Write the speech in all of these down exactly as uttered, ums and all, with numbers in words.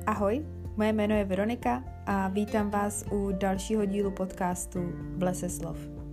Ahoj, moje jméno je Veronika a vítám vás u dalšího dílu podcastu V lese slov.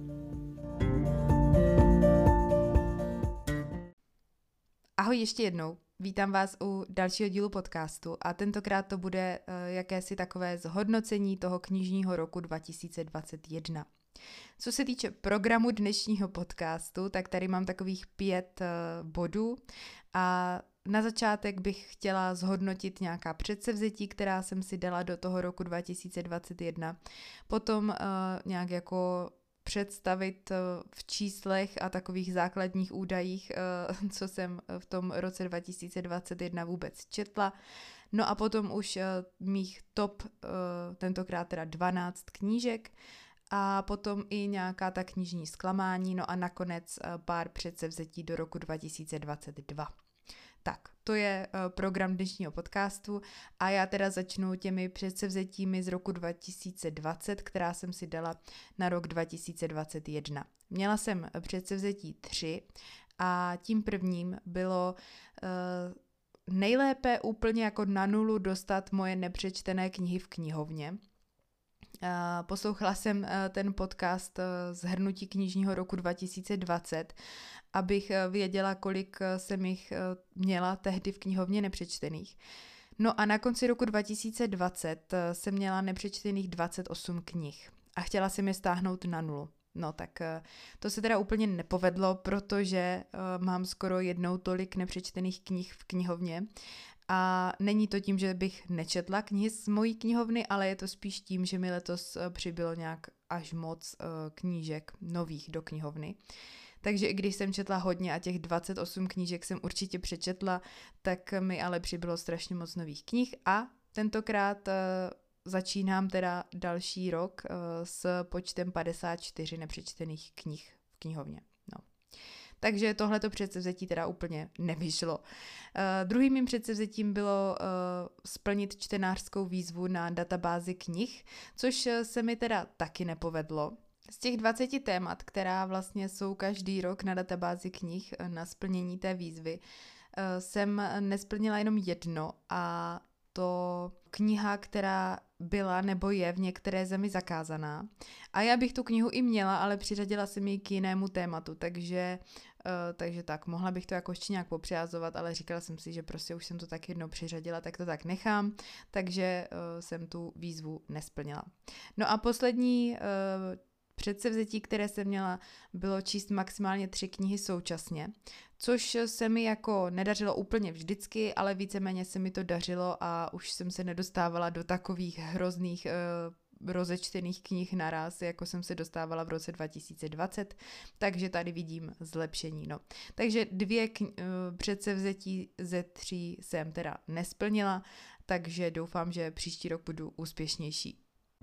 Ahoj ještě jednou, vítám vás u dalšího dílu podcastu a tentokrát to bude uh, jakési takové zhodnocení toho knižního roku dva tisíce dvacet jedna. Co se týče programu dnešního podcastu, tak tady mám takových pět uh, bodů a na začátek bych chtěla zhodnotit nějaká předsevzetí, která jsem si dala do toho roku dva tisíce dvacet jedna. Potom uh, nějak jako představit uh, v číslech a takových základních údajích, uh, co jsem v tom roce dva tisíce dvacet jedna vůbec četla. No a potom už uh, mých top, uh, tentokrát teda dvanáct knížek, a potom i nějaká ta knižní zklamání, no a nakonec uh, pár předsevzetí do roku dva tisíce dvacet dva. Tak, to je uh, program dnešního podcastu a já teda začnu těmi předsevzetími z roku dva tisíce dvacet, která jsem si dala na rok dva tisíce dvacet jedna. Měla jsem předsevzetí tři a tím prvním bylo uh, nejlépe úplně jako na nulu dostat moje nepřečtené knihy v knihovně. Uh, poslouchala jsem uh, ten podcast uh, Shrnutí knižního roku dva tisíce dvacet, abych uh, věděla, kolik uh, jsem jich uh, měla tehdy v knihovně nepřečtených. No a na konci roku dva tisíce dvacet uh, jsem měla nepřečtených dvacet osm knih a chtěla jsem je stáhnout na nulu. No tak uh, to se teda úplně nepovedlo, protože uh, mám skoro jednou tolik nepřečtených knih v knihovně. A není to tím, že bych nečetla knihy z mojí knihovny, ale je to spíš tím, že mi letos přibylo nějak až moc uh, knížek nových do knihovny. Takže i když jsem četla hodně a těch dvacet osm knížek jsem určitě přečetla, tak mi ale přibylo strašně moc nových knih a tentokrát uh, začínám teda další rok uh, s počtem padesát čtyři nepřečtených knih v knihovně. No. Takže tohleto předsevzetí teda úplně nevyšlo. Uh, druhým mým předsevzetím bylo uh, splnit čtenářskou výzvu na databázi knih, což se mi teda taky nepovedlo. Z těch dvaceti témat, která vlastně jsou každý rok na databázi knih na splnění té výzvy, uh, jsem nesplnila jenom jedno a to kniha, která byla nebo je v některé zemi zakázaná. A já bych tu knihu i měla, ale přiřadila jsem ji k jinému tématu, takže, uh, takže tak, mohla bych to jako ještě nějak popřihazovat, ale říkala jsem si, že prostě už jsem to tak jednou přiřadila, tak to tak nechám, takže uh, jsem tu výzvu nesplnila. No a poslední uh, předsevzetí, které jsem měla, bylo číst maximálně tři knihy současně, což se mi jako nedařilo úplně vždycky, ale víceméně se mi to dařilo a už jsem se nedostávala do takových hrozných uh, rozečtených knih naraz, jako jsem se dostávala v roce dva tisíce dvacet, takže tady vidím zlepšení. No. Takže dvě kni- uh, předsevzetí ze tří jsem teda nesplnila, takže doufám, že příští rok budu úspěšnější.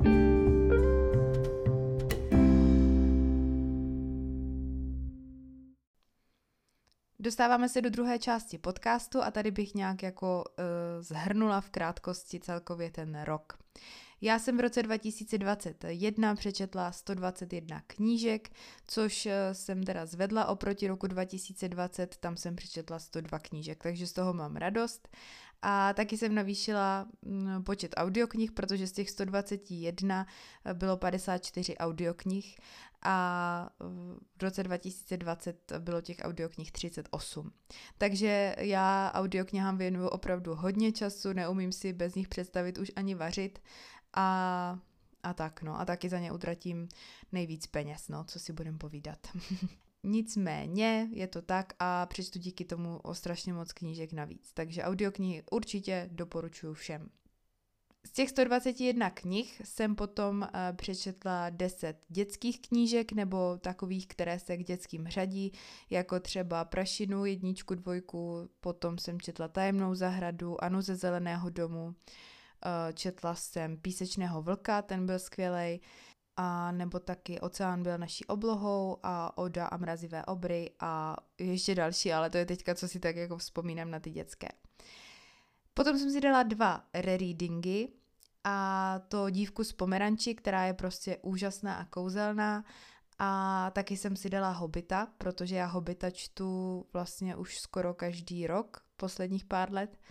Dostáváme se do druhé části podcastu a tady bych nějak jako uh, zhrnula v krátkosti celkově ten rok. Já jsem v roce dva tisíce dvacet jedna přečetla sto dvacet jedna knížek, což uh, jsem teda zvedla oproti roku dva tisíce dvacet, tam jsem přečetla sto dva knížek, takže z toho mám radost. A taky jsem navýšila um, počet audioknih, protože z těch sto dvacet jedna bylo padesát čtyři audioknih a v roce dva tisíce dvacet bylo těch audioknih třicet osm. Takže já audioknihám věnuju opravdu hodně času, neumím si bez nich představit už ani vařit a, a tak no. A taky za ně utratím nejvíc peněz, no, co si budem povídat. Nicméně je to tak a přečtu díky tomu o strašně moc knížek navíc. Takže audioknihy určitě doporučuji všem. Z těch sto dvacet jedna knih jsem potom uh, přečetla deset dětských knížek nebo takových, které se k dětským řadí, jako třeba Prašinu, jedničku, dvojku, potom jsem četla Tajemnou zahradu, Anu ze zeleného domu, uh, četla jsem Písečného vlka, ten byl skvělej, a nebo taky Oceán byl naší oblohou a Oda a mrazivé obry a ještě další, ale to je teďka, co si tak jako vzpomínám na ty dětské. Potom jsem si dala dva rereadingy a to Dívku z Pomeranči, která je prostě úžasná a kouzelná a taky jsem si dala Hobita, protože já Hobita čtu vlastně už skoro každý rok, posledních pár let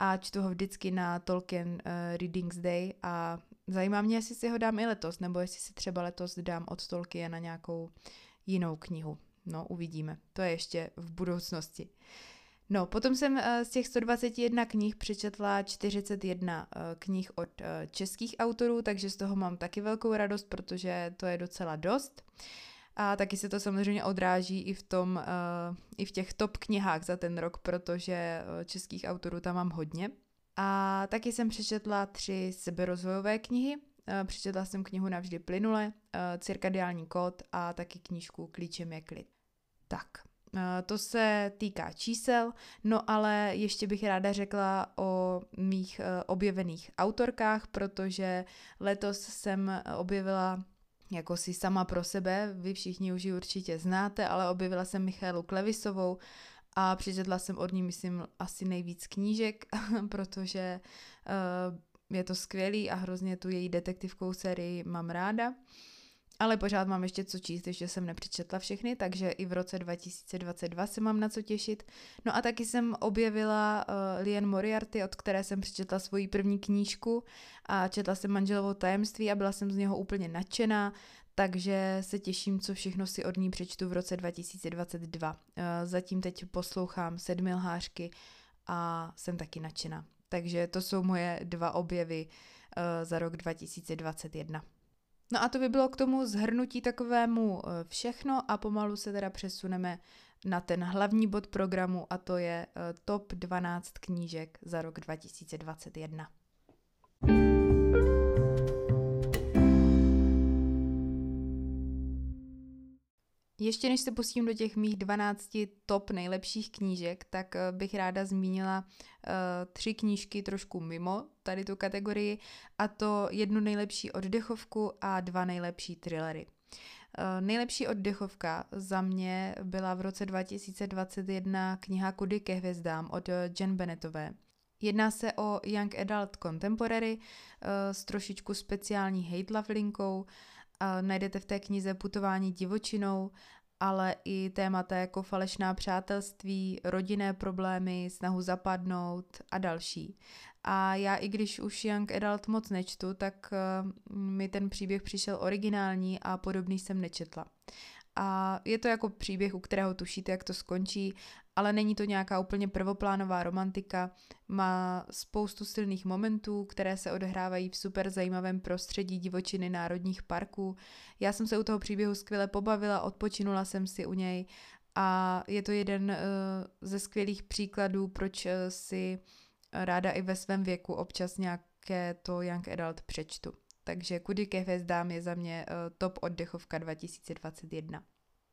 a čtu ho vždycky na Tolkien uh, Readings Day a zajímá mě, jestli si ho dám i letos, nebo jestli si třeba letos dám od Tolkiena nějakou jinou knihu. No, uvidíme. To je ještě v budoucnosti. No, potom jsem uh, z těch sto dvacet jedna knih přečetla čtyřicet jedna uh, knih od uh, českých autorů, takže z toho mám taky velkou radost, protože to je docela dost. A taky se to samozřejmě odráží i v tom, uh, i v těch top knihách za ten rok, protože uh, českých autorů tam mám hodně. A taky jsem přečetla tři seberozvojové knihy. Uh, přečetla jsem knihu Navždy plynule, uh, Cirkadiální kód a taky knížku Klíčem je klid. Tak, uh, to se týká čísel, no ale ještě bych ráda řekla o mých uh, objevených autorkách, protože letos jsem objevila jako si sama pro sebe, vy všichni už ji určitě znáte, ale objevila jsem Michaelu Klevisovou a přečetla jsem od ní, myslím, asi nejvíc knížek, protože uh, je to skvělý a hrozně tu její detektivkou sérii mám ráda. Ale pořád mám ještě co číst, ještě jsem nepřečetla všechny, takže i v roce dva tisíce dvacet dva se mám na co těšit. No a taky jsem objevila uh, Liane Moriarty, od které jsem přečetla svoji první knížku a četla jsem Manželovo tajemství a byla jsem z něho úplně nadšená, takže se těším, co všechno si od ní přečtu v roce dva tisíce dvacet dva. Uh, zatím teď poslouchám Sedmi lhářky a jsem taky nadšená. Takže to jsou moje dva objevy uh, za rok dva tisíce dvacet jedna. No a to by bylo k tomu shrnutí takovému všechno a pomalu se teda přesuneme na ten hlavní bod programu a to je top dvanáct knížek za rok dva tisíce dvacet jedna. Ještě než se pustím do těch mých dvanácti top nejlepších knížek, tak bych ráda zmínila uh, tři knížky trošku mimo tady tu kategorii, a to jednu nejlepší oddechovku a dva nejlepší thrillery. Uh, nejlepší oddechovka za mě byla v roce dva tisíce dvacet jedna kniha Kudy ke hvězdám od Jen Bennettové. Jedná se o Young Adult Contemporary uh, s trošičku speciální hate love linkou. A najdete v té knize putování divočinou, ale i témata jako falešná přátelství, rodinné problémy, snahu zapadnout a další. A já, i když už Young Adult moc nečtu, tak uh, mi ten příběh přišel originální a podobný jsem nečetla. A je to jako příběh, u kterého tušíte, jak to skončí, ale není to nějaká úplně prvoplánová romantika, má spoustu silných momentů, které se odehrávají v super zajímavém prostředí divočiny národních parků. Já jsem se u toho příběhu skvěle pobavila, odpočinula jsem si u něj a je to jeden uh, ze skvělých příkladů, proč uh, si ráda i ve svém věku občas nějaké to Young Adult přečtu. Takže Kudy ke hvězdám je za mě uh, top oddechovka dva tisíce dvacet jedna.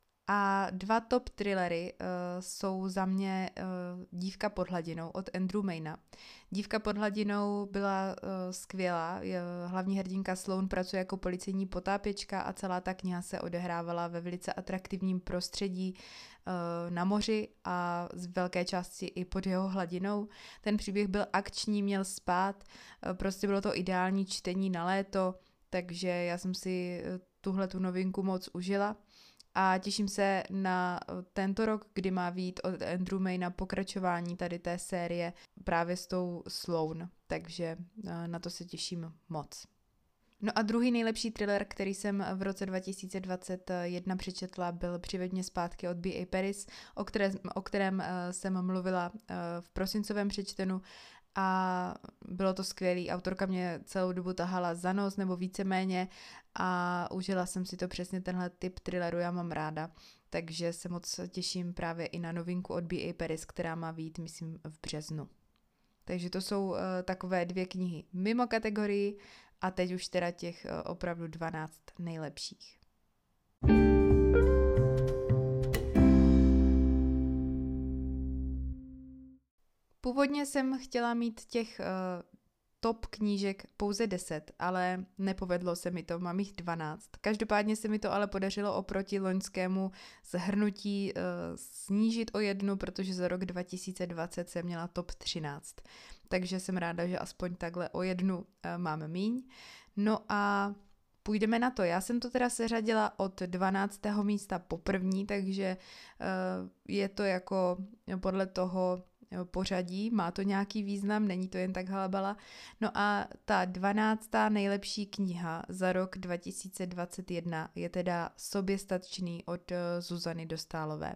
A dva top thrillery uh, jsou za mě uh, Dívka pod hladinou od Andrew Mayna. Dívka pod hladinou byla uh, skvělá, je, hlavní hrdinka Sloane pracuje jako policejní potápěčka a celá ta kniha se odehrávala ve velice atraktivním prostředí uh, na moři a z velké části i pod jeho hladinou. Ten příběh byl akční, měl spát, uh, prostě bylo to ideální čtení na léto, takže já jsem si uh, tuhle tu novinku moc užila. A těším se na tento rok, kdy má vyjít od Andrew Mayna pokračování tady té série právě s tou Sloane, takže na to se těším moc. No a druhý nejlepší thriller, který jsem v roce dva tisíce dvacet jedna přečetla, byl Přived mě zpátky od B A Paris, o, které, o kterém jsem mluvila v prosincovém přečtenu. A bylo to skvělý, autorka mě celou dobu tahala za nos nebo víceméně a užila jsem si to přesně tenhle typ thrilleru, já mám ráda, takže se moc těším právě i na novinku od B A Paris, která má vyjít, myslím, v březnu. Takže to jsou uh, takové dvě knihy mimo kategorii a teď už teda těch uh, opravdu dvanáct nejlepších. Původně jsem chtěla mít těch uh, top knížek pouze deset, ale nepovedlo se mi to, mám jich dvanáct. Každopádně se mi to ale podařilo oproti loňskému shrnutí uh, snížit o jednu, protože za rok dva tisíce dvacet jsem měla top třináct. Takže jsem ráda, že aspoň takhle o jednu uh, mám míň. No a půjdeme na to. Já jsem to teda seřadila od dvanáctého místa po první, takže uh, je to jako podle toho, pořadí, má to nějaký význam, není to jen tak halabala. No a ta dvanáctá nejlepší kniha za rok dva tisíce dvacet jedna je teda Soběstačný od Zuzany Dostálové.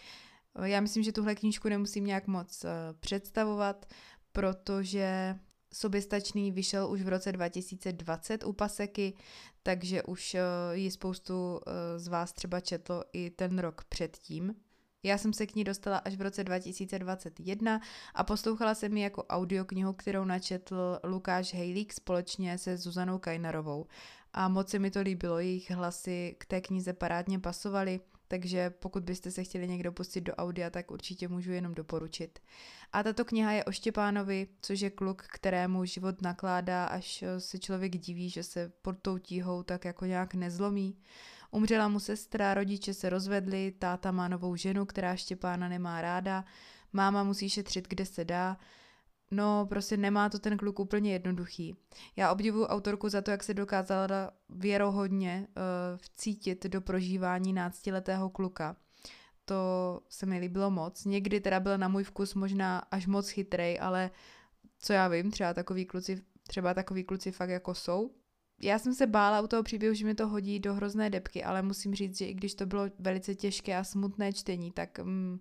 Já myslím, že tuhle knížku nemusím nějak moc představovat, protože Soběstačný vyšel už v roce dva tisíce dvacet u Paseky, takže už ji spoustu z vás třeba četlo i ten rok předtím. Já jsem se k ní dostala až v roce dva tisíce dvacet jedna a poslouchala jsem ji jako audioknihu, kterou načetl Lukáš Hejlík společně se Zuzanou Kajnarovou. A moc se mi to líbilo, jejich hlasy k té knize parádně pasovaly, takže pokud byste se chtěli někdo pustit do audia, tak určitě můžu jenom doporučit. A tato kniha je o Štěpánovi, což je kluk, kterému život nakládá, až se člověk diví, že se pod tou tíhou tak jako nějak nezlomí. Umřela mu sestra, rodiče se rozvedli, táta má novou ženu, která Štěpána nemá ráda, máma musí šetřit, kde se dá. No, prostě nemá to ten kluk úplně jednoduchý. Já obdivuju autorku za to, jak se dokázala věrohodně uh, vcítit do prožívání náctiletého kluka. To se mi líbilo moc. Někdy teda byl na můj vkus možná až moc chytrej, ale co já vím, třeba takový kluci, třeba takový kluci fakt jako jsou. Já jsem se bála u toho příběhu, že mi to hodí do hrozné debky, ale musím říct, že i když to bylo velice těžké a smutné čtení, tak mm,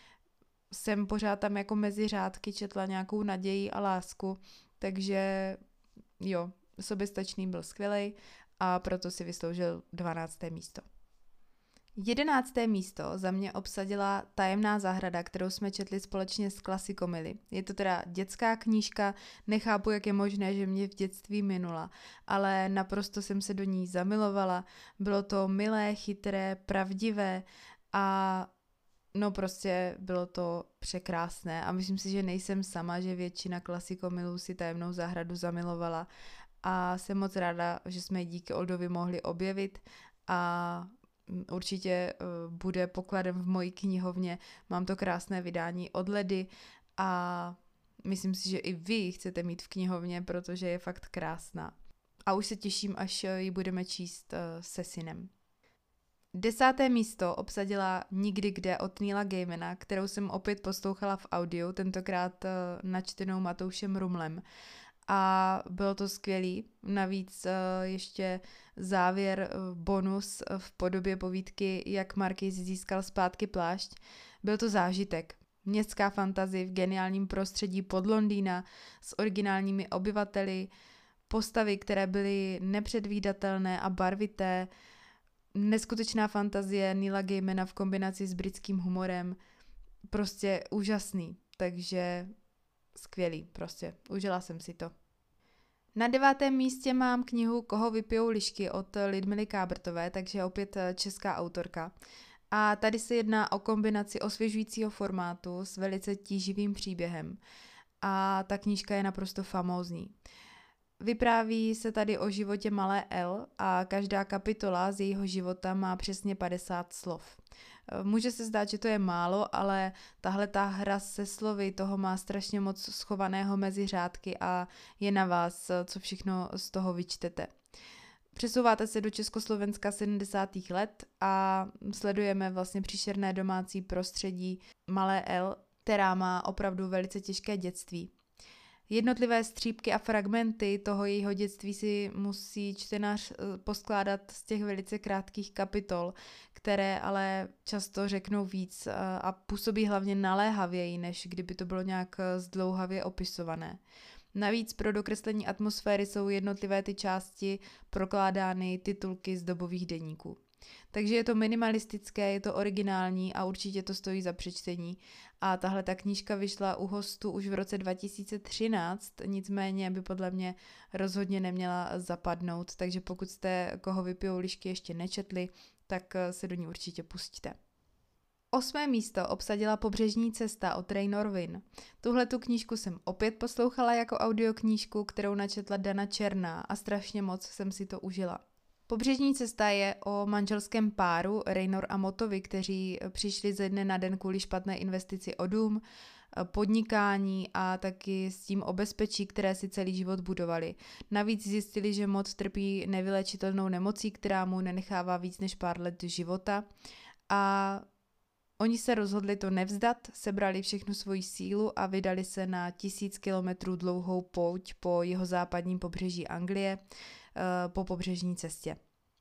jsem pořád tam jako mezi řádky četla nějakou naději a lásku, takže jo, Soběstačný byl skvělej a proto si vysloužil dvanácté místo. Jedenácté místo za mě obsadila Tajemná zahrada, kterou jsme četli společně s Klasikomily. Je to teda dětská knížka, nechápu, jak je možné, že mě v dětství minula, ale naprosto jsem se do ní zamilovala. Bylo to milé, chytré, pravdivé a no prostě bylo to překrásné a myslím si, že nejsem sama, že většina Klasikomilů si Tajemnou zahradu zamilovala a jsem moc ráda, že jsme ji díky Oldovi mohli objevit a určitě bude pokladem v mojí knihovně. Mám to krásné vydání od Ledy a myslím si, že i vy ji chcete mít v knihovně, protože je fakt krásná. A už se těším, až ji budeme číst se synem. Desáté místo obsadila Nikdy kde od Neila Gaimana, kterou jsem opět poslouchala v audiu, tentokrát načtenou Matoušem Rumlem. A bylo to skvělý, navíc ještě závěr bonus v podobě povídky Jak Markýz získal zpátky plášť. Byl to zážitek. Městská fantazie v geniálním prostředí pod Londýna s originálními obyvateli, postavy, které byly nepředvídatelné a barvité, neskutečná fantazie Neila Gaimana v kombinaci s britským humorem, prostě úžasný, takže skvělý, prostě, užila jsem si to. Na devátém místě mám knihu Koho vypijou lišky od Lidmily Kábrtové, takže opět česká autorka. A tady se jedná o kombinaci osvěžujícího formátu s velice tíživým příběhem. A ta knížka je naprosto famózní. Vypráví se tady o životě malé El a každá kapitola z jejího života má přesně padesát slov. Může se zdát, že to je málo, ale tahle ta hra se slovy toho má strašně moc schovaného mezi řádky a je na vás, co všechno z toho vyčtete. Přesouváte se do Československa sedmdesátých let a sledujeme vlastně příšerné domácí prostředí malé El, která má opravdu velice těžké dětství. Jednotlivé střípky a fragmenty toho jejího dětství si musí čtenář poskládat z těch velice krátkých kapitol, které ale často řeknou víc a působí hlavně naléhavěji, než kdyby to bylo nějak zdlouhavě opisované. Navíc pro dokreslení atmosféry jsou jednotlivé ty části prokládány titulky z dobových deníků. Takže je to minimalistické, je to originální a určitě to stojí za přečtení. A tahle ta knížka vyšla u Hostu už v roce dva tisíce třináct, nicméně by podle mě rozhodně neměla zapadnout, takže pokud jste Koho vypijou lišky ještě nečetli, tak se do ní určitě pustíte. Osmé místo obsadila Pobřežní cesta od Raynor Winn. Tuhle tu knížku jsem opět poslouchala jako audioknížku, kterou načetla Dana Černá a strašně moc jsem si to užila. Pobřežní cesta je o manželském páru Raynor a Motovi, kteří přišli ze dne na den kvůli špatné investici o dům, podnikání a taky s tím o bezpečí, které si celý život budovali. Navíc zjistili, že Mot trpí nevylečitelnou nemocí, která mu nenechává víc než pár let života a Oni se rozhodli to nevzdat, sebrali všechnu svoji sílu a vydali se na tisíc kilometrů dlouhou pouť po jihozápadním pobřeží Anglie, po pobřežní cestě.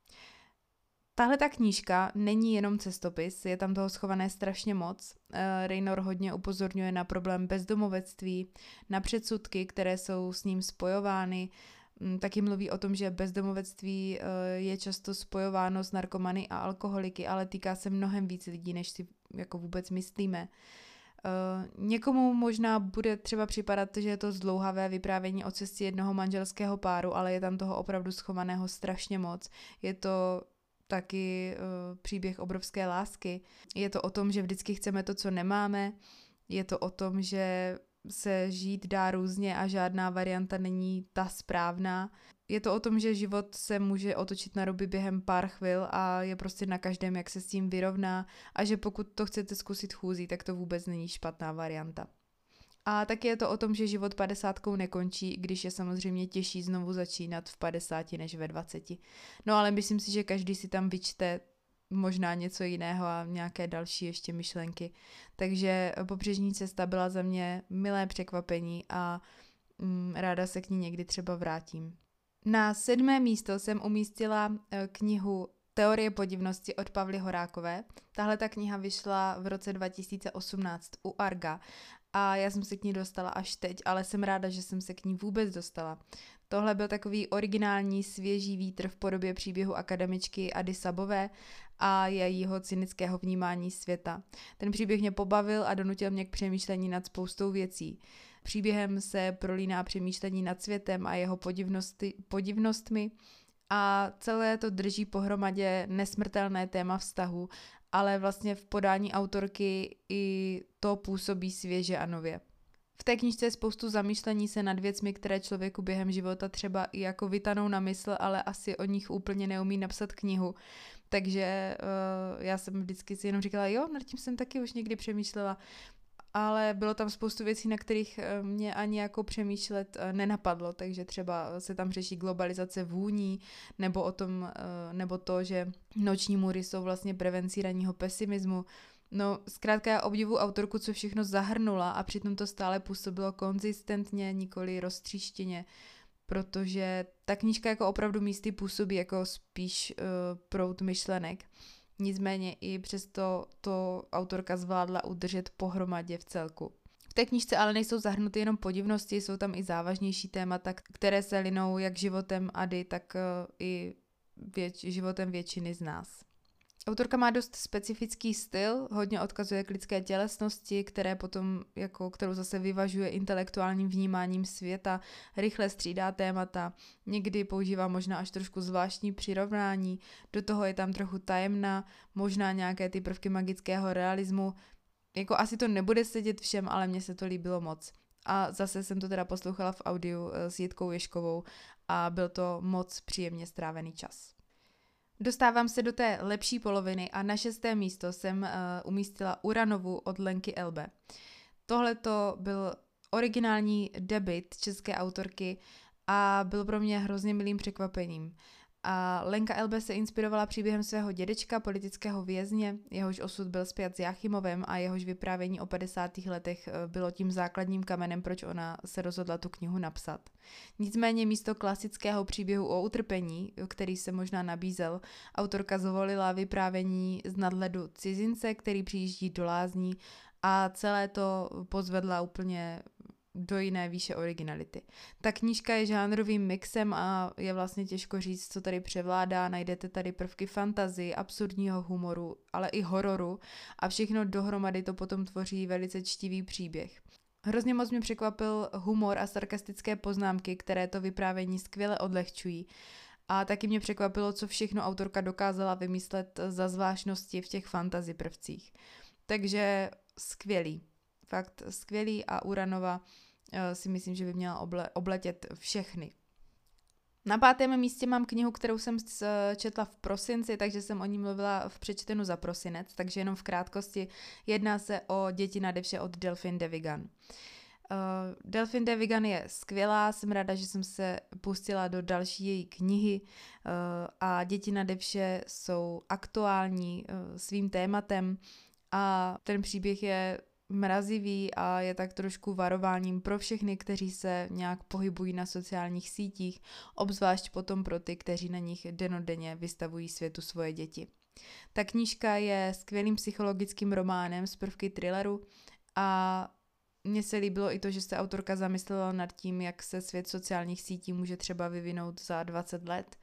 Tahle ta knížka není jenom cestopis, je tam toho schované strašně moc. Raynor hodně upozorňuje na problém bezdomovectví, na předsudky, které jsou s ním spojovány. Taky mluví o tom, že bezdomovectví je často spojováno s narkomany a alkoholiky, ale týká se mnohem víc lidí, než si jako vůbec myslíme. Někomu možná bude třeba připadat, že je to zdlouhavé vyprávění o cestě jednoho manželského páru, ale je tam toho opravdu schovaného strašně moc. Je to taky uh, příběh obrovské lásky. Je to o tom, že vždycky chceme to, co nemáme. Je to o tom, že se žít dá různě a žádná varianta není ta správná. Je to o tom, že život se může otočit na ruby během pár chvil a je prostě na každém, jak se s tím vyrovná, a že pokud to chcete zkusit chůzí, tak to vůbec není špatná varianta. A taky je to o tom, že život padesátkou nekončí, když je samozřejmě těžší znovu začínat v padesáti než ve dvaceti. No ale myslím si, že každý si tam vyčte možná něco jiného a nějaké další ještě myšlenky. Takže Pobřežní cesta byla za mě milé překvapení a mm, ráda se k ní někdy třeba vrátím. Na sedmé místo jsem umístila knihu Teorie podivnosti od Pavly Horákové. Tahle ta kniha vyšla v roce dva tisíce osmnáct u Arga a já jsem se k ní dostala až teď, ale jsem ráda, že jsem se k ní vůbec dostala. Tohle byl takový originální svěží vítr v podobě příběhu akademičky Ady Sabové a jejího cynického vnímání světa. Ten příběh mě pobavil a donutil mě k přemýšlení nad spoustou věcí. Příběhem se prolíná přemýšlení nad světem a jeho podivnosti, podivnostmi a celé to drží pohromadě nesmrtelné téma vztahu, ale vlastně v podání autorky i to působí svěže a nově. V té knížce je spoustu zamýšlení se nad věcmi, které člověku během života třeba i jako vytanou na mysl, ale asi o nich úplně neumí napsat knihu. Takže uh, já jsem vždycky si jenom říkala, jo, nad tím jsem taky už někdy přemýšlela, ale bylo tam spoustu věcí, na kterých mě ani jako přemýšlet nenapadlo, takže třeba se tam řeší globalizace vůní, nebo o tom, nebo to, že noční můry jsou vlastně prevencí ranního pesimismu. No, zkrátka já obdivu autorku, co všechno zahrnula a přitom to stále působilo konzistentně, nikoli roztříštěně, protože ta knížka jako opravdu místy působí jako spíš uh, proud myšlenek. Nicméně i přesto to autorka zvládla udržet pohromadě v celku. V té knížce ale nejsou zahrnuty jenom podivnosti, jsou tam i závažnější témata, které se linou jak životem Ady, tak uh, i věč, životem většiny z nás. Autorka má dost specifický styl, hodně odkazuje k lidské tělesnosti, které potom, jako, kterou zase vyvažuje intelektuálním vnímáním světa, rychle střídá témata, někdy používá možná až trošku zvláštní přirovnání, do toho je tam trochu tajemná, možná nějaké ty prvky magického realismu. Jako asi to nebude sedět všem, ale mně se to líbilo moc. A zase jsem to teda poslouchala v audiu s Jitkou Ježkovou a byl to moc příjemně strávený čas. Dostávám se do té lepší poloviny a na šesté místo jsem uh, umístila Uranovu od Lenky Elbe. Tohle to byl originální debut české autorky a byl pro mě hrozně milým překvapením. A Lenka Elbe se inspirovala příběhem svého dědečka, politického vězně, jehož osud byl spjat s Jáchymovem a jehož vyprávění o padesátých letech bylo tím základním kamenem, proč ona se rozhodla tu knihu napsat. Nicméně místo klasického příběhu o utrpení, který se možná nabízel, autorka zvolila vyprávění z nadhledu cizince, který přijíždí do lázní a celé to pozvedla úplně do jiné výše originality. Ta knížka je žánrovým mixem a je vlastně těžko říct, co tady převládá. Najdete tady prvky fantasy, absurdního humoru, ale i hororu a všechno dohromady to potom tvoří velice čtivý příběh. Hrozně moc mě překvapil humor a sarkastické poznámky, které to vyprávění skvěle odlehčují. A taky mě překvapilo, co všechno autorka dokázala vymyslet za zvláštnosti v těch fantasy prvcích. Takže skvělý. Fakt skvělý a Uranova si myslím, že by měla oble, obletět všechny. Na pátém místě mám knihu, kterou jsem četla v prosinci, takže jsem o ní mluvila v přečtenu za prosinec, takže jenom v krátkosti. Jedná se o Děti nade vše od Delphine de Vigan. Uh, Delphine de Vigan je skvělá, jsem ráda, že jsem se pustila do další její knihy uh, a Děti nade vše jsou aktuální uh, svým tématem a ten příběh je mrazivý a je tak trošku varováním pro všechny, kteří se nějak pohybují na sociálních sítích, obzvlášť potom pro ty, kteří na nich dennodenně vystavují světu svoje děti. Ta knížka je skvělým psychologickým románem z prvky thrilleru a mně se líbilo i to, že se autorka zamyslela nad tím, jak se svět sociálních sítí může třeba vyvinout za dvacet let.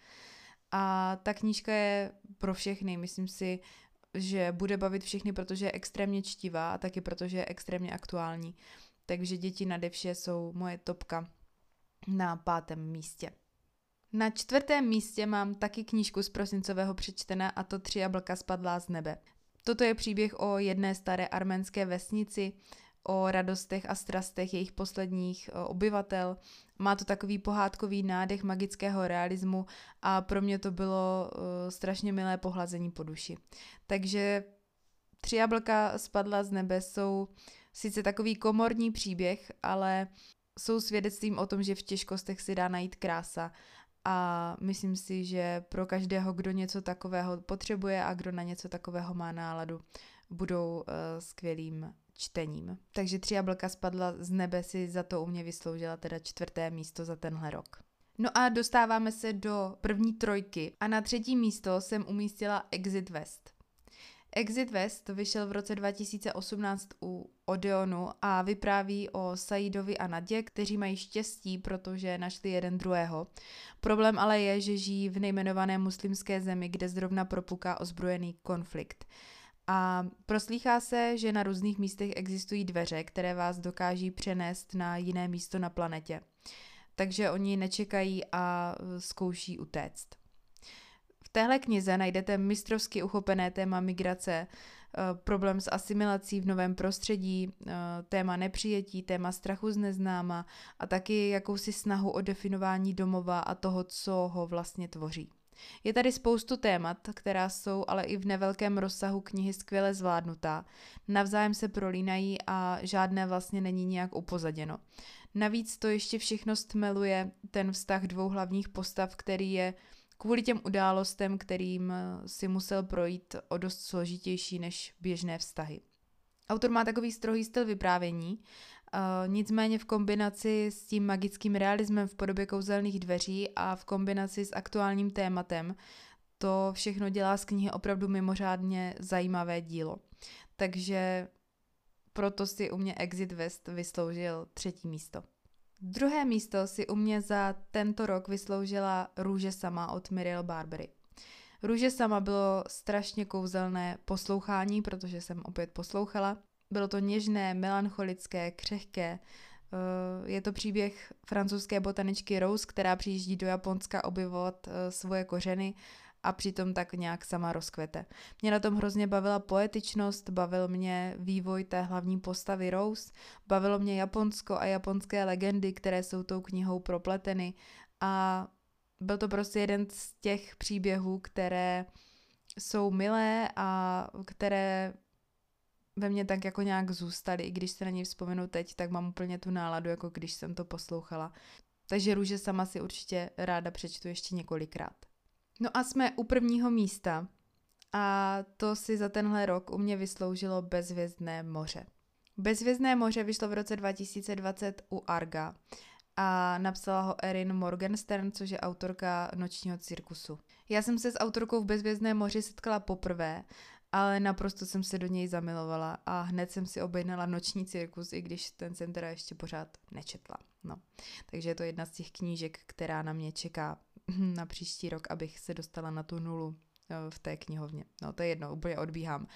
A ta knížka je pro všechny, myslím si, že bude bavit všechny, protože je extrémně čtivá a taky protože je extrémně aktuální. Takže Děti nade vše jsou moje topka na pátém místě. Na čtvrtém místě mám taky knížku z prosincového přečtena a to Tři jablka spadlá z nebe. Toto je příběh o jedné staré arménské vesnici, o radostech a strastech jejich posledních obyvatel. Má to takový pohádkový nádech magického realismu a pro mě to bylo uh, strašně milé pohlazení po duši. Takže Tři jablka spadla z nebe jsou sice takový komorní příběh, ale jsou svědectvím o tom, že v těžkostech si dá najít krása. A myslím si, že pro každého, kdo něco takového potřebuje a kdo na něco takového má náladu, budou uh, skvělým čtením. Takže Tři jablka spadla z nebe si za to u mě vysloužila teda čtvrté místo za tenhle rok. No a dostáváme se do první trojky a na třetí místo jsem umístila Exit West. Exit West vyšel v roce dva tisíce osmnáct u Odeonu a vypráví o Saidovi a Nadě, kteří mají štěstí, protože našli jeden druhého. Problém ale je, že žijí v nejmenované muslimské zemi, kde zrovna propuká ozbrojený konflikt. A proslýchá se, že na různých místech existují dveře, které vás dokáží přenést na jiné místo na planetě. Takže oni nečekají a zkouší utéct. V téhle knize najdete mistrovsky uchopené téma migrace, problém s asimilací v novém prostředí, téma nepřijetí, téma strachu z neznáma a taky jakousi snahu o definování domova a toho, co ho vlastně tvoří. Je tady spoustu témat, která jsou ale i v nevelkém rozsahu knihy skvěle zvládnutá. Navzájem se prolínají a žádné vlastně není nějak upozaděno. Navíc to ještě všechno stmeluje ten vztah dvou hlavních postav, který je kvůli těm událostem, kterým si musel projít, o dost složitější než běžné vztahy. Autor má takový strohý styl vyprávění, Uh, nicméně v kombinaci s tím magickým realismem v podobě kouzelných dveří a v kombinaci s aktuálním tématem to všechno dělá z knihy opravdu mimořádně zajímavé dílo. Takže proto si u mě Exit West vysloužil třetí místo. Druhé místo si u mě za tento rok vysloužila Růže sama od Muriel Barbery. Růže sama bylo strašně kouzelné poslouchání, protože jsem opět poslouchala. Bylo to něžné, melancholické, křehké. Je to příběh francouzské botaničky Rose, která přijíždí do Japonska objevovat svoje kořeny a přitom tak nějak sama rozkvete. Mě na tom hrozně bavila poetičnost, bavil mě vývoj té hlavní postavy Rose, bavilo mě Japonsko a japonské legendy, které jsou tou knihou propleteny a byl to prostě jeden z těch příběhů, které jsou milé a které ve mně tak jako nějak zůstaly. I když se na ně vzpomenu teď, tak mám úplně tu náladu, jako když jsem to poslouchala. Takže Růže sama si určitě ráda přečtu ještě několikrát. No a jsme u prvního místa a to si za tenhle rok u mě vysloužilo Bezhvězdné moře. Bezhvězdné moře vyšlo v roce dva tisíce dvacet u Arga a napsala ho Erin Morgenstern, což je autorka Nočního cirkusu. Já jsem se s autorkou v Bezhvězdné moři setkala poprvé, ale naprosto jsem se do něj zamilovala a hned jsem si objednala Noční cirkus, i když ten jsem teda ještě pořád nečetla. No. Takže je to jedna z těch knížek, která na mě čeká na příští rok, abych se dostala na tu nulu v té knihovně. No to je jedno, úplně odbíhám. Uh,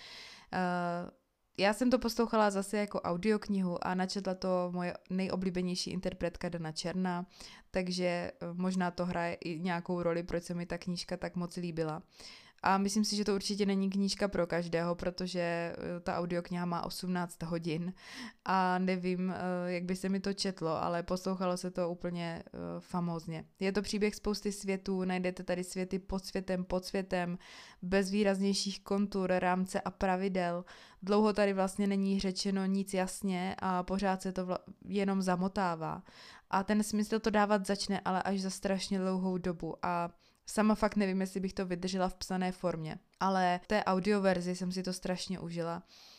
já jsem to poslouchala zase jako audioknihu a načetla to moje nejoblíbenější interpretka Dana Černá, takže možná to hraje i nějakou roli, proč se mi ta knížka tak moc líbila. A myslím si, že to určitě není knížka pro každého, protože ta audiokniha má osmnáct hodin a nevím, jak by se mi to četlo, ale poslouchalo se to úplně famózně. Je to příběh spousty světů, najdete tady světy pod světem, pod světem, bez výraznějších kontur, rámce a pravidel. Dlouho tady vlastně není řečeno nic jasně a pořád se to vla- jenom zamotává. A ten smysl to dávat začne, ale až za strašně dlouhou dobu a sama fakt nevím, jestli bych to vydržela v psané formě, ale v té audioverzi jsem si to strašně užila.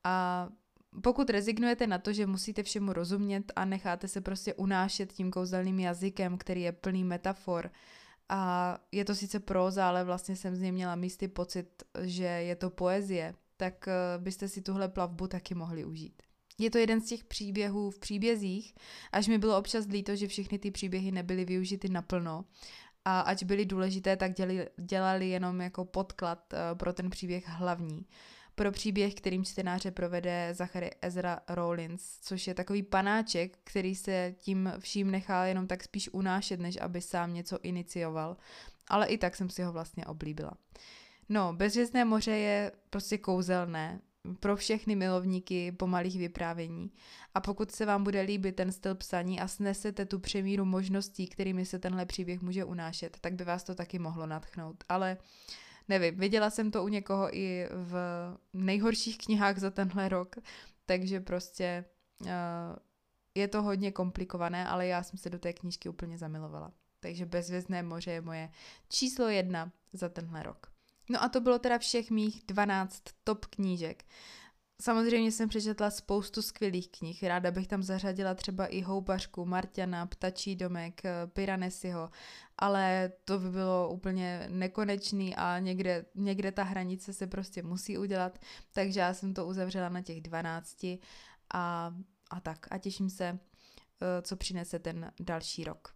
A pokud rezignujete na to, že musíte všemu rozumět a necháte se prostě unášet tím kouzelným jazykem, který je plný metafor, a je to sice próza, ale vlastně jsem z něj měla místy pocit, že je to poezie, tak byste si tuhle plavbu taky mohli užít. Je to jeden z těch příběhů v příbězích, až mi bylo občas líto, že všechny ty příběhy nebyly využity naplno a ať byly důležité, tak dělali, dělali jenom jako podklad pro ten příběh hlavní. Pro příběh, kterým čtenáře provede Zachary Ezra Rollins, což je takový panáček, který se tím vším nechá jenom tak spíš unášet, než aby sám něco inicioval. Ale i tak jsem si ho vlastně oblíbila. No, Bezhvězdné moře je prostě kouzelné pro všechny milovníky pomalých vyprávění. A pokud se vám bude líbit ten styl psaní a snesete tu přemíru možností, kterými se tenhle příběh může unášet, tak by vás to taky mohlo nadchnout. Ale nevím, viděla jsem to u někoho i v nejhorších knihách za tenhle rok, takže prostě uh, je to hodně komplikované, ale já jsem se do té knížky úplně zamilovala. Takže Bezhvězdné moře je moje číslo jedna za tenhle rok. No a to bylo teda všech mých dvanáct top knížek. Samozřejmě jsem přečetla spoustu skvělých knih, ráda bych tam zařadila třeba i Houbařku, Marťana, Ptačí domek, Piranesiho, ale to by bylo úplně nekonečný a někde, někde ta hranice se prostě musí udělat, takže já jsem to uzavřela na těch dvanácti a, a tak a těším se, co přinese ten další rok.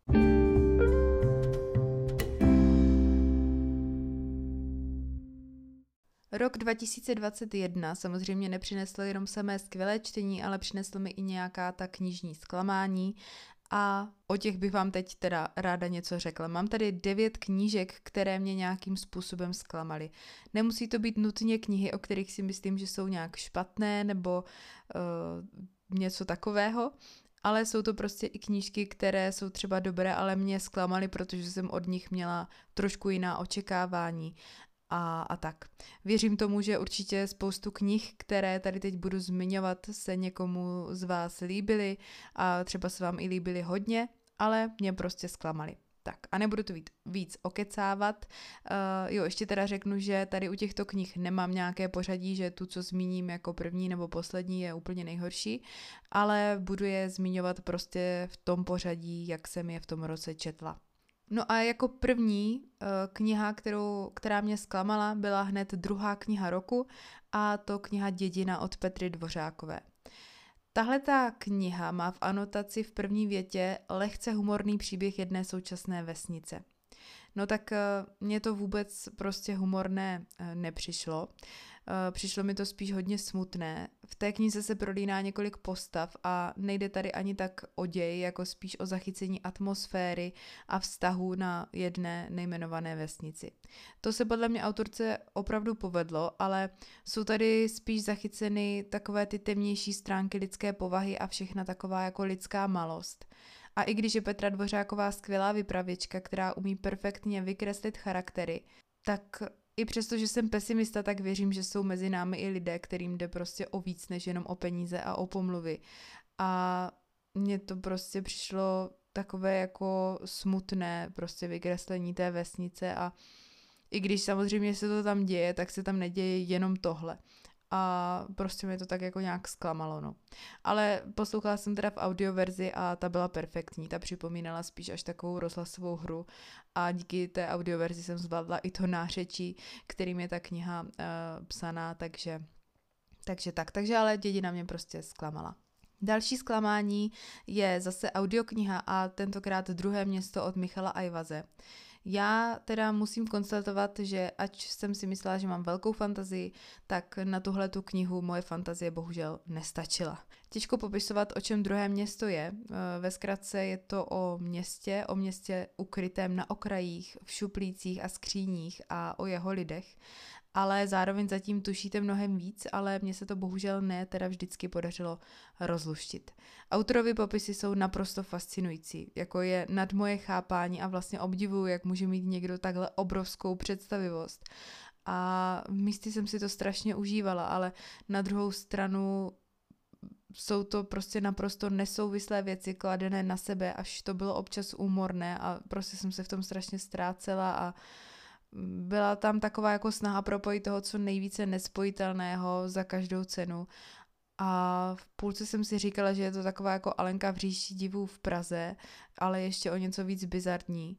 Rok dva tisíce dvacet jedna samozřejmě nepřinesl jenom samé skvělé čtení, ale přinesl mi i nějaká ta knižní zklamání a o těch bych vám teď teda ráda něco řekla. Mám tady devět knížek, které mě nějakým způsobem zklamaly. Nemusí to být nutně knihy, o kterých si myslím, že jsou nějak špatné nebo uh, něco takového, ale jsou to prostě i knížky, které jsou třeba dobré, ale mě zklamaly, protože jsem od nich měla trošku jiná očekávání. A, a tak. Věřím tomu, že určitě spoustu knih, které tady teď budu zmiňovat, se někomu z vás líbily a třeba se vám i líbily hodně, ale mě prostě zklamaly. Tak a nebudu to víc, víc okecávat. Uh, jo, ještě teda řeknu, že tady u těchto knih nemám nějaké pořadí, že tu, co zmíním jako první nebo poslední, je úplně nejhorší, ale budu je zmiňovat prostě v tom pořadí, jak jsem je v tom roce četla. No a jako první uh, kniha, kterou, která mě zklamala, byla hned druhá kniha roku a to kniha Dědina od Petry Dvořákové. Tahle ta kniha má v anotaci v první větě lehce humorný příběh jedné současné vesnice. No tak uh, mně to vůbec prostě humorné uh, nepřišlo. Uh, přišlo mi to spíš hodně smutné. V té knize se prolíná několik postav a nejde tady ani tak o děj, jako spíš o zachycení atmosféry a vztahu na jedné nejmenované vesnici. To se podle mě autorce opravdu povedlo, ale jsou tady spíš zachyceny takové ty temnější stránky lidské povahy a všechna taková jako lidská malost. A i když je Petra Dvořáková skvělá vypravěčka, která umí perfektně vykreslit charaktery, tak i přesto, že jsem pesimista, tak věřím, že jsou mezi námi i lidé, kterým jde prostě o víc než jenom o peníze a o pomluvy. A mně to prostě přišlo takové jako smutné prostě vykreslení té vesnice a i když samozřejmě se to tam děje, tak se tam neděje jenom tohle. A prostě mě to tak jako nějak zklamalo, no. Ale poslouchala jsem teda v audioverzi a ta byla perfektní, ta připomínala spíš až takovou rozhlasovou hru a díky té audioverzi jsem zvládla i to nářečí, kterým je ta kniha uh, psaná, takže, takže tak. Takže ale Dědina mě prostě zklamala. Další zklamání je zase audiokniha a tentokrát Druhé město od Michala Ajvaze. Já teda musím konstatovat, že ač jsem si myslela, že mám velkou fantazii, tak na tuhletu knihu moje fantazie bohužel nestačila. Těžko popisovat, o čem Druhé město je. Ve zkratce je to o městě, o městě ukrytém na okrajích, v šuplících a skříních a o jeho lidech. Ale zároveň zatím tušíte mnohem víc, ale mně se to bohužel ne teda vždycky podařilo rozluštit. Autorovy popisy jsou naprosto fascinující, jako je nad moje chápání a vlastně obdivuju, jak může mít někdo takhle obrovskou představivost. A místy jsem si to strašně užívala, ale na druhou stranu jsou to prostě naprosto nesouvislé věci kladené na sebe, až to bylo občas úmorné a prostě jsem se v tom strašně ztrácela a byla tam taková jako snaha propojit toho co nejvíce nespojitelného za každou cenu. A v půlce jsem si říkala, že je to taková jako Alenka v říši divů v Praze, ale ještě o něco víc bizarní.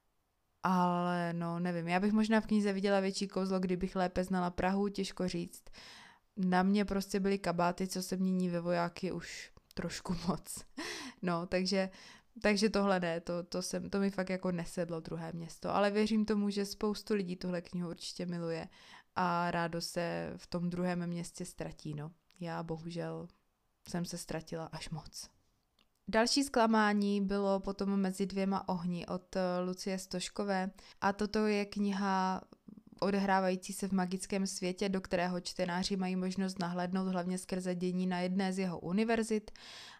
Ale no, nevím, já bych možná v knize viděla větší kouzlo, kdybych lépe znala Prahu, těžko říct. Na mě prostě byly kabáty, co se mění ve vojáky už trošku moc. No, takže, takže tohle ne, to, to, jsem, to mi fakt jako nesedlo druhé město. Ale věřím tomu, že spoustu lidí tuhle knihu určitě miluje a rádo se v tom druhém městě ztratí, no. Já bohužel jsem se ztratila až moc. Další zklamání bylo potom Mezi dvěma ohni od Lucie Stoškové a toto je kniha odehrávající se v magickém světě, do kterého čtenáři mají možnost nahlédnout hlavně skrze dění na jedné z jeho univerzit.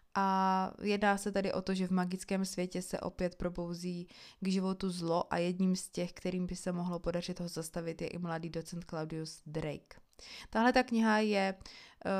A jedná se tady o to, že v magickém světě se opět probouzí k životu zlo a jedním z těch, kterým by se mohlo podařit ho zastavit, je i mladý docent Claudius Drake. Tahle ta kniha je uh,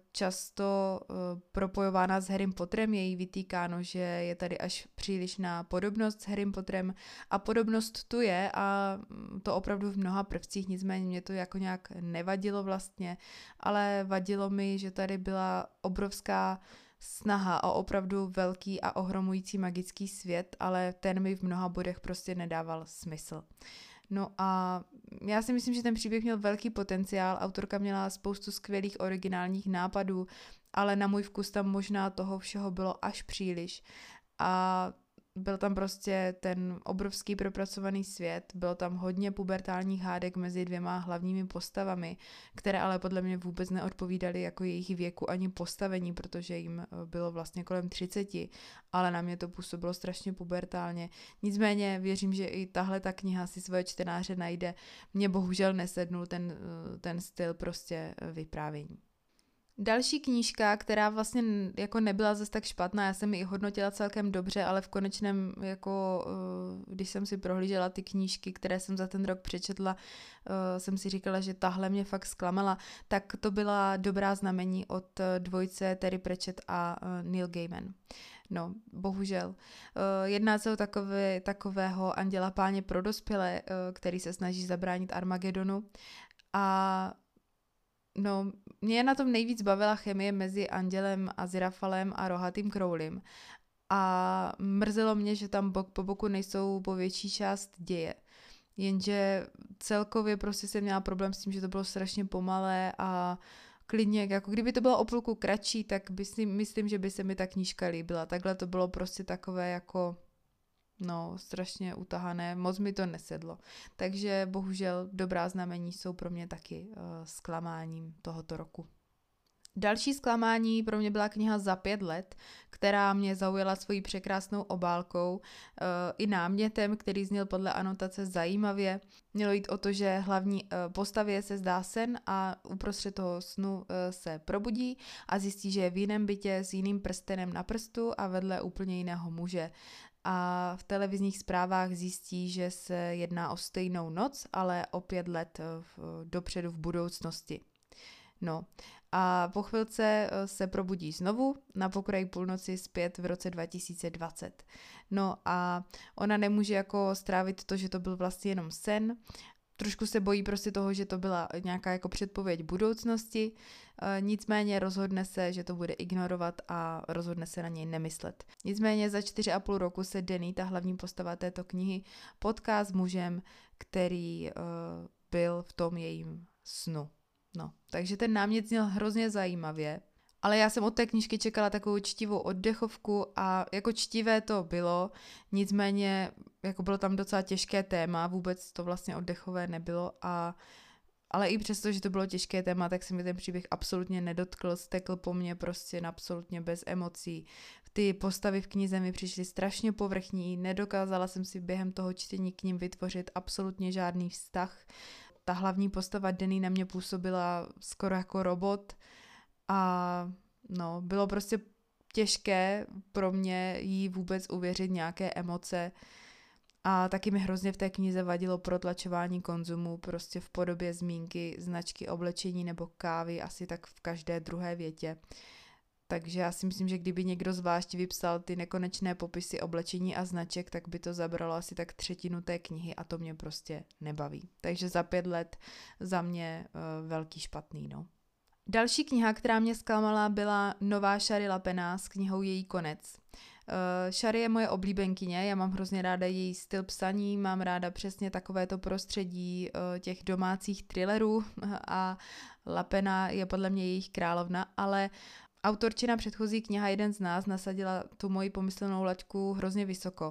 často uh, propojována s Harrym Potterem, je jí vytýkáno, že je tady až přílišná podobnost s Harrym Potterem a podobnost tu je a to opravdu v mnoha prvcích, nicméně mě to jako nějak nevadilo vlastně, ale vadilo mi, že tady byla obrovská snaha o opravdu velký a ohromující magický svět, ale ten mi v mnoha bodech prostě nedával smysl. No a já si myslím, že ten příběh měl velký potenciál, autorka měla spoustu skvělých originálních nápadů, ale na můj vkus tam možná toho všeho bylo až příliš a byl tam prostě ten obrovský propracovaný svět, bylo tam hodně pubertálních hádek mezi dvěma hlavními postavami, které ale podle mě vůbec neodpovídaly jako jejich věku ani postavení, protože jim bylo vlastně kolem třiceti, ale na mě to působilo strašně pubertálně. Nicméně věřím, že i tahle ta kniha si svoje čtenáře najde. Mně bohužel nesednul ten, ten styl prostě vyprávění. Další knížka, která vlastně jako nebyla zase tak špatná, já jsem ji hodnotila celkem dobře, ale v konečném, jako, když jsem si prohlížela ty knížky, které jsem za ten rok přečetla, jsem si říkala, že tahle mě fakt zklamala, tak to byla Dobrá znamení od dvojce Terry Pratchett a Neil Gaiman. No, bohužel. Jedná se o takové, takového anděla páně pro dospělé, který se snaží zabránit Armagedonu a no, mě na tom nejvíc bavila chemie mezi Andělem Aziraphale a rohatým kroulim. A mrzelo mě, že tam bok po boku nejsou po větší část děje. Jenže celkově prostě jsem měla problém s tím, že to bylo strašně pomalé a klidně, jako kdyby to bylo o půlku kratší, tak by si, myslím, že by se mi ta knížka líbila. Takhle to bylo prostě takové jako no, strašně utahané, moc mi to nesedlo. Takže bohužel Dobrá znamení jsou pro mě taky uh, zklamáním tohoto roku. Další zklamání pro mě byla kniha Za pět let, která mě zaujala svojí překrásnou obálkou uh, i námětem, který zněl podle anotace zajímavě. Mělo jít o to, že hlavní uh, postavě se zdá sen a uprostřed toho snu uh, se probudí a zjistí, že je v jiném bytě s jiným prstenem na prstu a vedle úplně jiného muže. A v televizních zprávách zjistí, že se jedná o stejnou noc, ale o pět let v, dopředu v budoucnosti. No a po chvilce se probudí znovu na pokraji půlnoci zpět v roce dva tisíce dvacet. No a ona nemůže jako strávit to, že to byl vlastně jenom sen. Trošku se bojí prostě toho, že to byla nějaká jako předpověď budoucnosti, e, nicméně rozhodne se, že to bude ignorovat a rozhodne se na něj nemyslet. Nicméně za čtyři a půl roku se Danny, ta hlavní postava této knihy, potká s mužem, který e, byl v tom jejím snu. No, takže ten námět zněl hrozně zajímavě, ale já jsem od té knížky čekala takovou čtivou oddechovku a jako čtivé to bylo, nicméně jako bylo tam docela těžké téma, vůbec to vlastně oddechové nebylo, a, ale i přesto, že to bylo těžké téma, tak se mi ten příběh absolutně nedotkl, stekl po mně prostě absolutně bez emocí. Ty postavy v knize mi přišly strašně povrchní, nedokázala jsem si během toho čtení k nim vytvořit absolutně žádný vztah. Ta hlavní postava Danny na mě působila skoro jako robot a no, bylo prostě těžké pro mě jí vůbec uvěřit nějaké emoce a taky mi hrozně v té knize vadilo protlačování konzumu prostě v podobě zmínky značky oblečení nebo kávy asi tak v každé druhé větě. Takže já si myslím, že kdyby někdo zvlášť vypsal ty nekonečné popisy oblečení a značek, tak by to zabralo asi tak třetinu té knihy a to mě prostě nebaví. Takže za pět let za mě uh, velký špatný, no. Další kniha, která mě zklamala, byla nová Shari Lapena s knihou Její konec. Uh, Shari je moje oblíbenkyně, já mám hrozně ráda její styl psaní, mám ráda přesně takovéto prostředí uh, těch domácích thrillerů a Lapena je podle mě jejich královna, ale autorčina předchozí kniha Jeden z nás nasadila tu moji pomyslnou laťku hrozně vysoko.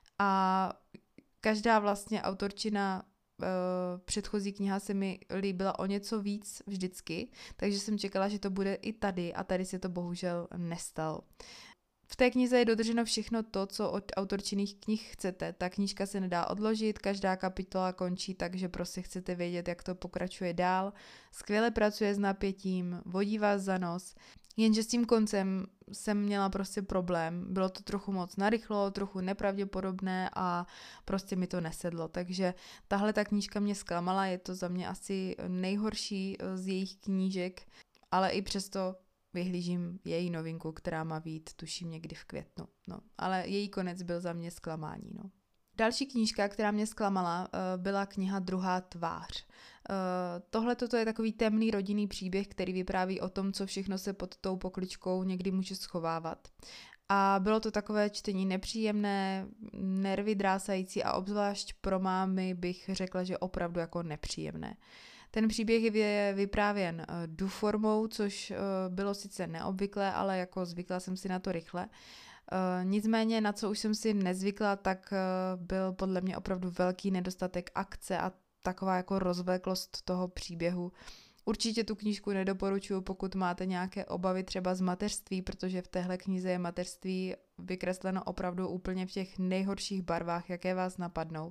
A každá vlastně autorčina uh, předchozí kniha se mi líbila o něco víc vždycky, takže jsem čekala, že to bude i tady a tady se to bohužel nestalo. V té knize je dodrženo všechno to, co od autorčinných knih chcete. Ta knížka se nedá odložit, každá kapitola končí tak, že prostě chcete vědět, jak to pokračuje dál. Skvěle pracuje s napětím, vodí vás za nos, jenže s tím koncem jsem měla prostě problém. Bylo to trochu moc narychlo, trochu nepravděpodobné a prostě mi to nesedlo. Takže tahle ta knížka mě zklamala, je to za mě asi nejhorší z jejich knížek, ale i přesto vyhlížím její novinku, která má vyjít, tuším někdy v květnu. No, ale její konec byl za mě zklamání. No. Další knížka, která mě zklamala, byla kniha Druhá tvář. Tohle toto je takový temný rodinný příběh, který vypráví o tom, co všechno se pod tou pokličkou někdy může schovávat. A bylo to takové čtení nepříjemné, nervy drásající a obzvlášť pro mámy bych řekla, že opravdu jako nepříjemné. Ten příběh je vyprávěn du formou, což bylo sice neobvyklé, ale jako zvykla jsem si na to rychle. Nicméně, na co už jsem si nezvykla, tak byl podle mě opravdu velký nedostatek akce a taková jako rozvléklost toho příběhu. Určitě tu knížku nedoporučuji, pokud máte nějaké obavy třeba z mateřství, protože v téhle knize je mateřství vykresleno opravdu úplně v těch nejhorších barvách, jaké vás napadnou.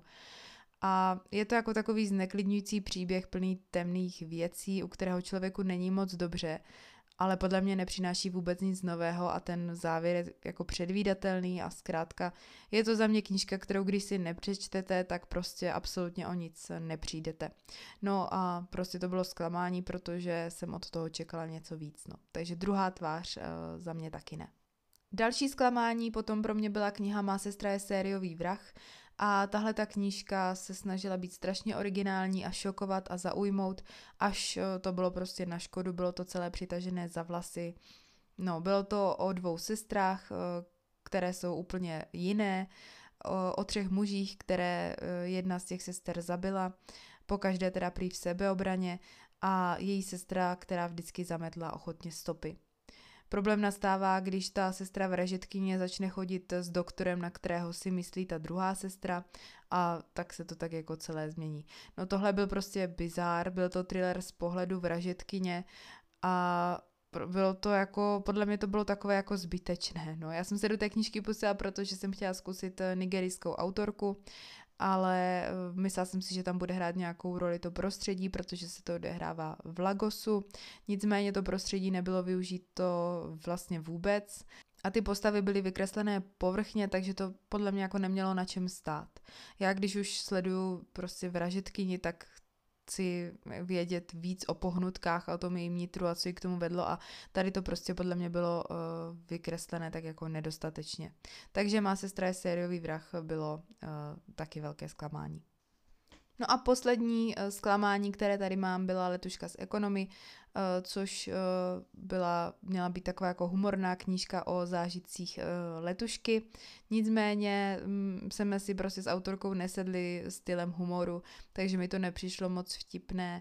A je to jako takový zneklidňující příběh plný temných věcí, u kterého člověku není moc dobře, ale podle mě nepřináší vůbec nic nového a ten závěr je jako předvídatelný a zkrátka je to za mě knížka, kterou když si nepřečtete, tak prostě absolutně o nic nepřijdete. No a prostě to bylo zklamání, protože jsem od toho čekala něco víc. No. Takže Druhá tvář uh, za mě taky ne. Další zklamání potom pro mě byla kniha Má sestra je sériový vrah. A tahle ta knížka se snažila být strašně originální a šokovat a zaujmout, až to bylo prostě na škodu, bylo to celé přitažené za vlasy. No, bylo to o dvou sestrách, které jsou úplně jiné, o, o třech mužích, které jedna z těch sester zabila, pokaždé teda prý v sebeobraně a její sestra, která vždycky zametla ochotně stopy. Problém nastává, když ta sestra vražedkyně začne chodit s doktorem, na kterého si myslí ta druhá sestra a tak se to tak jako celé změní. No tohle byl prostě bizár, byl to thriller z pohledu vražedkyně a bylo to jako, podle mě to bylo takové jako zbytečné. No, já jsem se do té knížky pustila, protože jsem chtěla zkusit nigerijskou autorku, ale myslela jsem si, že tam bude hrát nějakou roli to prostředí, protože se to odehrává v Lagosu. Nicméně to prostředí nebylo využito vlastně vůbec a ty postavy byly vykreslené povrchně, takže to podle mě jako nemělo na čem stát. Já když už sleduju prostě vražedkyni, tak chci vědět víc o pohnutkách a o tom jejím nitru a co jí k tomu vedlo a tady to prostě podle mě bylo uh, vykreslené tak jako nedostatečně. Takže Má sestra je sériový vrah bylo uh, taky velké zklamání. No a poslední uh, zklamání, které tady mám, byla Letuška z ekonomy, uh, což uh, byla, měla být taková jako humorná knížka o zážitcích uh, letušky. Nicméně um, jsme si prostě s autorkou nesedli stylem humoru, takže mi to nepřišlo moc vtipné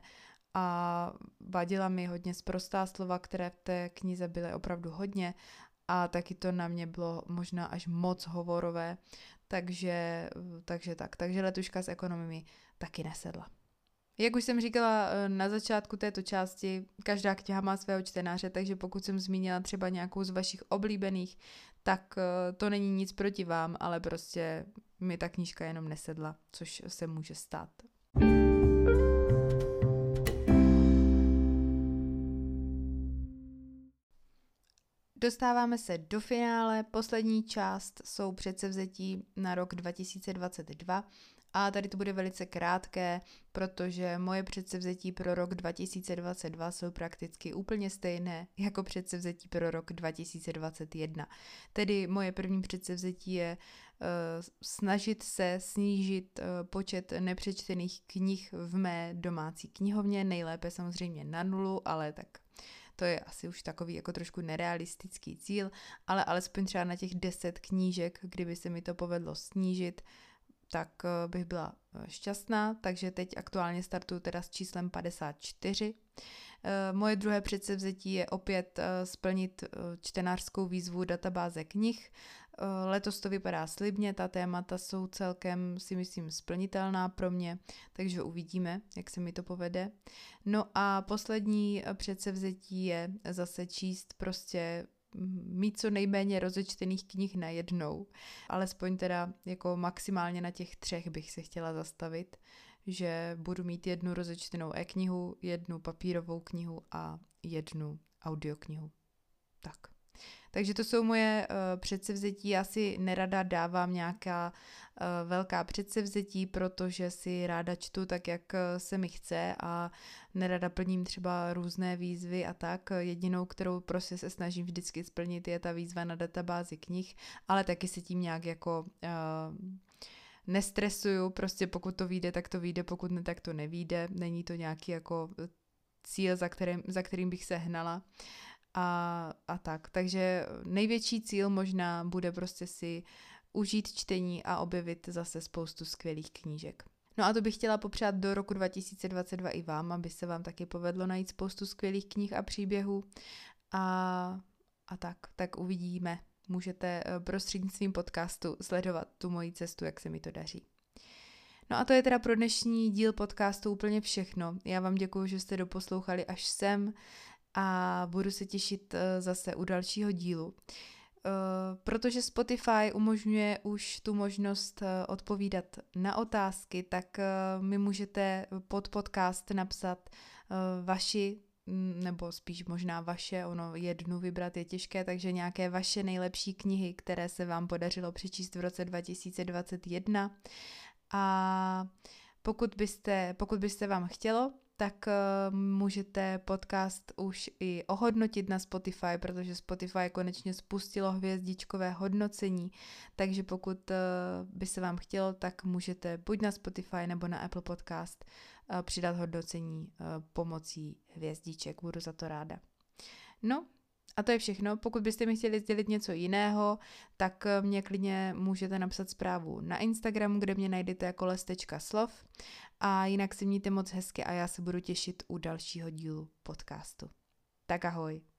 a vadila mi hodně sprostá slova, které v té knize byly opravdu hodně a taky to na mě bylo možná až moc hovorové, takže, takže tak. Takže Letuška z ekonomy mi taky nesedla. Jak už jsem říkala na začátku této části, každá kniha má svého čtenáře, takže pokud jsem zmínila třeba nějakou z vašich oblíbených, tak to není nic proti vám, ale prostě mi ta knížka jenom nesedla, což se může stát. Dostáváme se do finále, poslední část jsou předsevzetí na rok dva tisíce dvacet dva A tady to bude velice krátké, protože moje předsevzetí pro rok dva tisíce dvacet dva jsou prakticky úplně stejné jako předsevzetí pro rok dva tisíce dvacet jedna. Tedy moje první předsevzetí je uh, snažit se snížit uh, počet nepřečtených knih v mé domácí knihovně, nejlépe samozřejmě na nulu, ale tak to je asi už takový jako trošku nerealistický cíl, ale alespoň třeba na těch deset knížek, kdyby se mi to povedlo snížit, tak bych byla šťastná, takže teď aktuálně startuju teda s číslem padesát čtyři. Moje druhé předsevzetí je opět splnit čtenářskou výzvu databáze knih. Letos to vypadá slibně, ta témata jsou celkem, si myslím, splnitelná pro mě, takže uvidíme, jak se mi to povede. No a poslední předsevzetí je zase číst prostě mít co nejméně rozečtených knih najednou. Alespoň teda jako maximálně na těch třech bych se chtěla zastavit, že budu mít jednu rozečtenou e-knihu, jednu papírovou knihu a jednu audioknihu. Tak. Takže to jsou moje uh, předsevzetí. Já si nerada dávám nějaká uh, velká předsevzetí, protože si ráda čtu tak, jak se mi chce a nerada plním třeba různé výzvy a tak. Jedinou, kterou prostě se snažím vždycky splnit, je ta výzva na databázi knih, ale taky se tím nějak jako uh, nestresuju. Prostě pokud to vyjde, tak to vyjde, pokud ne, tak to nevyjde. Není to nějaký jako cíl, za kterým, za kterým bych se hnala. A, a tak. Takže největší cíl možná bude prostě si užít čtení a objevit zase spoustu skvělých knížek. No a to bych chtěla popřát do roku dva tisíce dvacet dva i vám, aby se vám taky povedlo najít spoustu skvělých knih a příběhů. A, a tak, tak uvidíme. Můžete prostřednictvím podcastu sledovat tu moji cestu, jak se mi to daří. No a to je teda pro dnešní díl podcastu úplně všechno. Já vám děkuji, že jste doposlouchali až sem a budu se těšit zase u dalšího dílu. Protože Spotify umožňuje už tu možnost odpovídat na otázky, tak mi můžete pod podcast napsat vaši, nebo spíš možná vaše, ono jednu vybrat je těžké, takže nějaké vaše nejlepší knihy, které se vám podařilo přečíst v roce dva tisíce dvacet jedna. A pokud byste, pokud byste vám chtělo, tak uh, můžete podcast už i ohodnotit na Spotify, protože Spotify konečně spustilo hvězdičkové hodnocení, takže pokud uh, by se vám chtělo, tak můžete buď na Spotify nebo na Apple Podcast uh, přidat hodnocení uh, pomocí hvězdiček, budu za to ráda. No, a to je všechno. Pokud byste mi chtěli sdělit něco jiného, tak mě klidně můžete napsat zprávu na Instagramu, kde mě najdete jako les tečka slov. A jinak si mějte moc hezky a já se budu těšit u dalšího dílu podcastu. Tak ahoj.